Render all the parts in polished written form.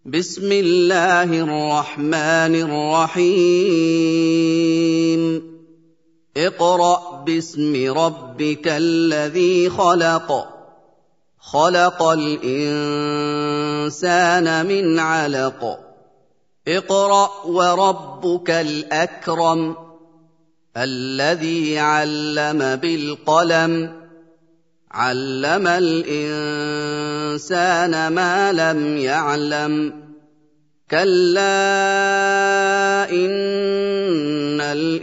بسم الله الرحمن الرحيم اقرأ باسم ربك الذي خلق خلق الإنسان من علق اقرأ وربك الأكرم الذي علم بالقلم علم الإنسان ما لم يعلم كلا إن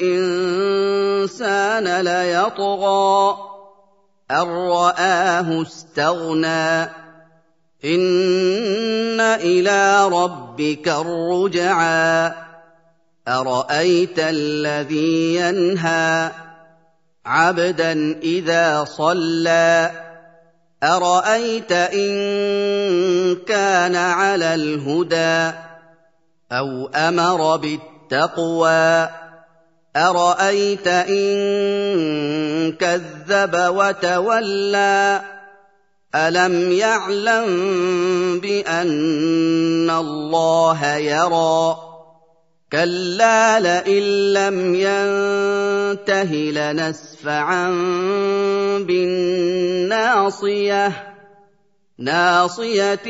الإنسان ليطغى أن رآه استغنى إن إلى ربك الرجعى أرأيت الذي ينهى عبدا إذا صلى أرأيت إن كان على الهدى أو أمر بالتقوى أرأيت إن كذب وتولى ألم يعلم بأن الله يرى كلا لئن لم ينته لنسفعا بالناصية ناصية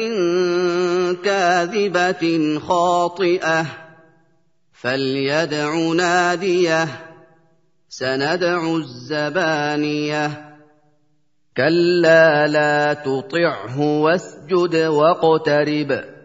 كاذبة خاطئة فليدع ناديه سندع الزبانية كلا لا تطعه واسجد واقترب